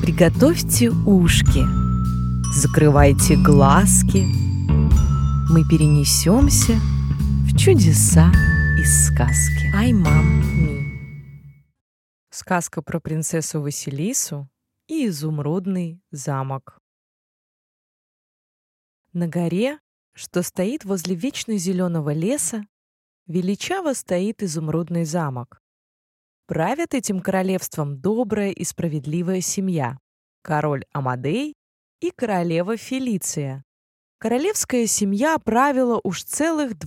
Приготовьте ушки, закрывайте глазки. Мы перенесемся в чудеса из сказки. I'm Mom Me. Сказка про принцессу Василису и изумрудный замок. На горе, что стоит возле вечно зеленого леса, величаво стоит изумрудный замок. Правят этим королевством добрая и справедливая семья – король Амадей и королева Фелиция. Королевская семья правила уж целых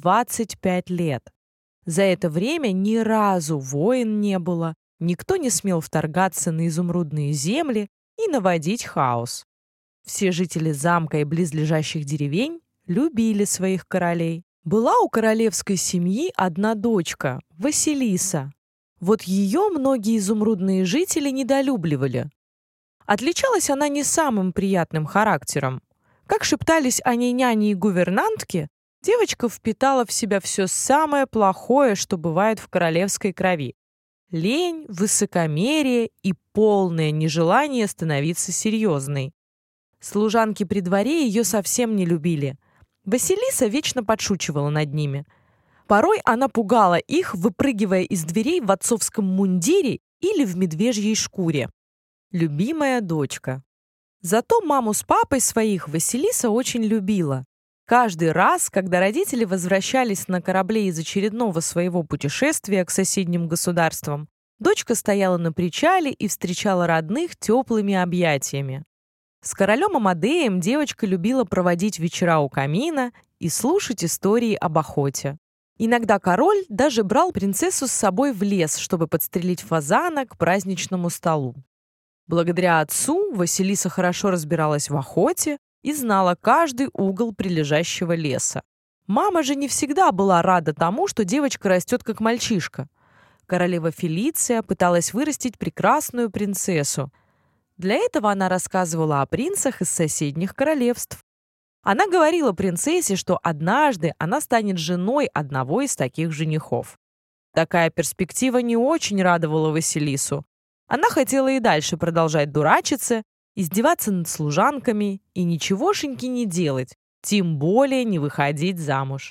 25 лет. За это время ни разу войн не было, никто не смел вторгаться на изумрудные земли и наводить хаос. Все жители замка и близлежащих деревень любили своих королей. Была у королевской семьи одна дочка – Василиса. Вот ее многие изумрудные жители недолюбливали. Отличалась она не самым приятным характером. Как шептались о ней няни и гувернантки, девочка впитала в себя все самое плохое, что бывает в королевской крови. Лень, высокомерие и полное нежелание становиться серьезной. Служанки при дворе ее совсем не любили. Василиса вечно подшучивала над ними. Порой она пугала их, выпрыгивая из дверей в отцовском мундире или в медвежьей шкуре. Любимая дочка. Зато маму с папой своих Василиса очень любила. Каждый раз, когда родители возвращались на корабле из очередного своего путешествия к соседним государствам, дочка стояла на причале и встречала родных теплыми объятиями. С королем Амадеем девочка любила проводить вечера у камина и слушать истории об охоте. Иногда король даже брал принцессу с собой в лес, чтобы подстрелить фазана к праздничному столу. Благодаря отцу Василиса хорошо разбиралась в охоте и знала каждый угол прилежащего леса. Мама же не всегда была рада тому, что девочка растет как мальчишка. Королева Фелиция пыталась вырастить прекрасную принцессу. Для этого она рассказывала о принцах из соседних королевств. Она говорила принцессе, что однажды она станет женой одного из таких женихов. Такая перспектива не очень радовала Василису. Она хотела и дальше продолжать дурачиться, издеваться над служанками и ничегошеньки не делать, тем более не выходить замуж.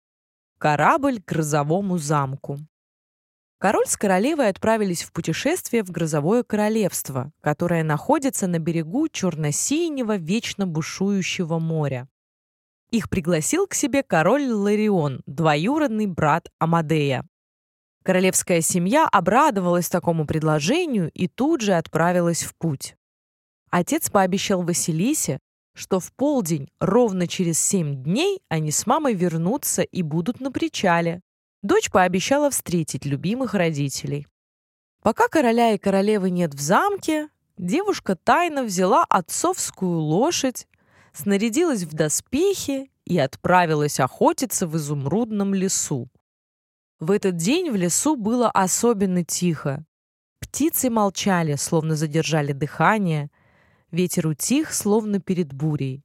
Корабль к грозовому замку. Король с королевой отправились в путешествие в Грозовое королевство, которое находится на берегу черно-синего вечно бушующего моря. Их пригласил к себе король Ларион, двоюродный брат Амадея. Королевская семья обрадовалась такому предложению и тут же отправилась в путь. Отец пообещал Василисе, что в полдень, ровно через 7 дней, они с мамой вернутся и будут на причале. Дочь пообещала встретить любимых родителей. Пока короля и королевы нет в замке, девушка тайно взяла отцовскую лошадь, снарядилась в доспехи и отправилась охотиться в изумрудном лесу. В этот день в лесу было особенно тихо. Птицы молчали, словно задержали дыхание, ветер утих, словно перед бурей.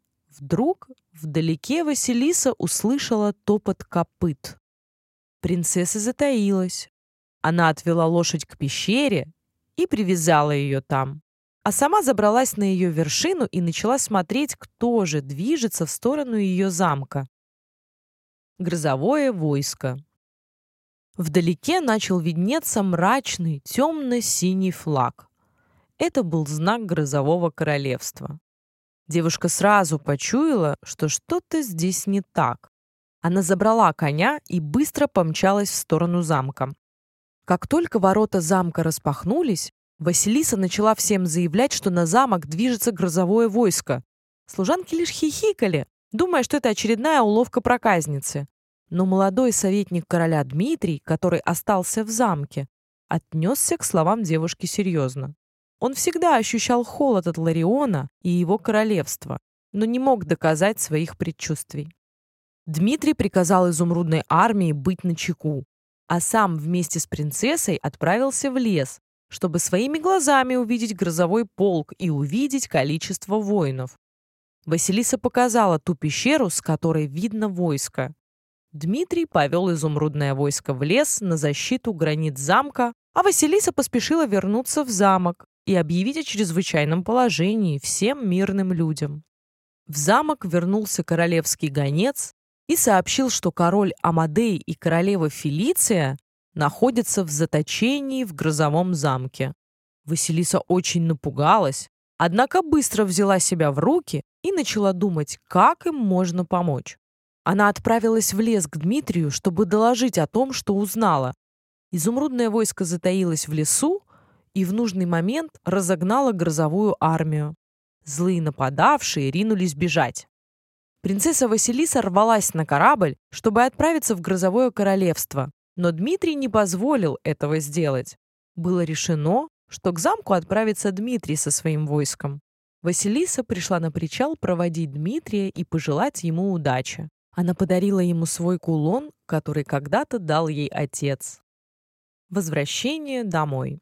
Вдруг вдалеке Василиса услышала топот копыт. Принцесса затаилась. Она отвела лошадь к пещере и привязала ее там, а сама забралась на ее вершину и начала смотреть, кто же движется в сторону ее замка. Грозовое войско. Вдалеке начал виднеться мрачный темно-синий флаг. Это был знак Грозового королевства. Девушка сразу почуяла, что что-то здесь не так. Она забрала коня и быстро помчалась в сторону замка. Как только ворота замка распахнулись, Василиса начала всем заявлять, что на замок движется грозовое войско. Служанки лишь хихикали, думая, что это очередная уловка проказницы. Но молодой советник короля Дмитрий, который остался в замке, отнесся к словам девушки серьезно. Он всегда ощущал холод от Лариона и его королевства, но не мог доказать своих предчувствий. Дмитрий приказал изумрудной армии быть начеку, а сам вместе с принцессой отправился в лес, чтобы своими глазами увидеть грозовой полк и увидеть количество воинов. Василиса показала ту пещеру, с которой видно войско. Дмитрий повел изумрудное войско в лес на защиту границ замка, а Василиса поспешила вернуться в замок и объявить о чрезвычайном положении всем мирным людям. В замок вернулся королевский гонец и сообщил, что король Амадей и королева Фелиция находятся в заточении в грозовом замке. Василиса очень напугалась, однако быстро взяла себя в руки и начала думать, как им можно помочь. Она отправилась в лес к Дмитрию, чтобы доложить о том, что узнала. Изумрудное войско затаилось в лесу и в нужный момент разогнало грозовую армию. Злые нападавшие ринулись бежать. Принцесса Василиса рвалась на корабль, чтобы отправиться в грозовое королевство, но Дмитрий не позволил этого сделать. Было решено, что к замку отправится Дмитрий со своим войском. Василиса пришла на причал проводить Дмитрия и пожелать ему удачи. Она подарила ему свой кулон, который когда-то дал ей отец. Возвращение домой.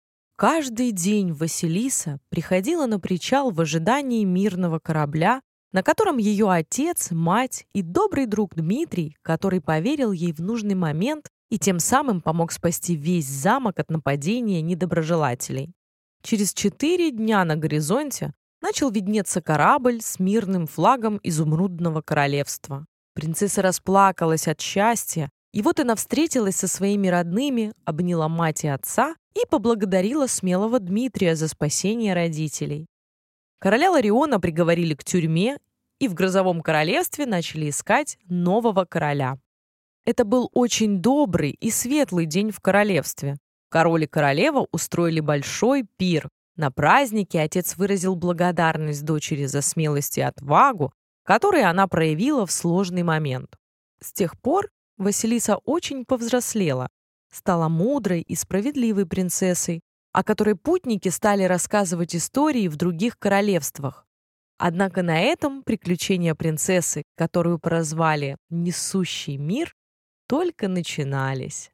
Каждый день Василиса приходила на причал в ожидании мирного корабля, на котором ее отец, мать и добрый друг Дмитрий, который поверил ей в нужный момент и тем самым помог спасти весь замок от нападения недоброжелателей. Через 4 дня на горизонте начал виднеться корабль с мирным флагом Изумрудного королевства. Принцесса расплакалась от счастья, и вот она встретилась со своими родными, обняла мать и отца и поблагодарила смелого Дмитрия за спасение родителей. Короля Лариона приговорили к тюрьме, и в грозовом королевстве начали искать нового короля. Это был очень добрый и светлый день в королевстве. Король и королева устроили большой пир. На празднике отец выразил благодарность дочери за смелость и отвагу, которые она проявила в сложный момент. С тех пор Василиса очень повзрослела, стала мудрой и справедливой принцессой, о которой путники стали рассказывать истории в других королевствах. Однако на этом приключения принцессы, которую прозвали «Несущий мир», только начинались.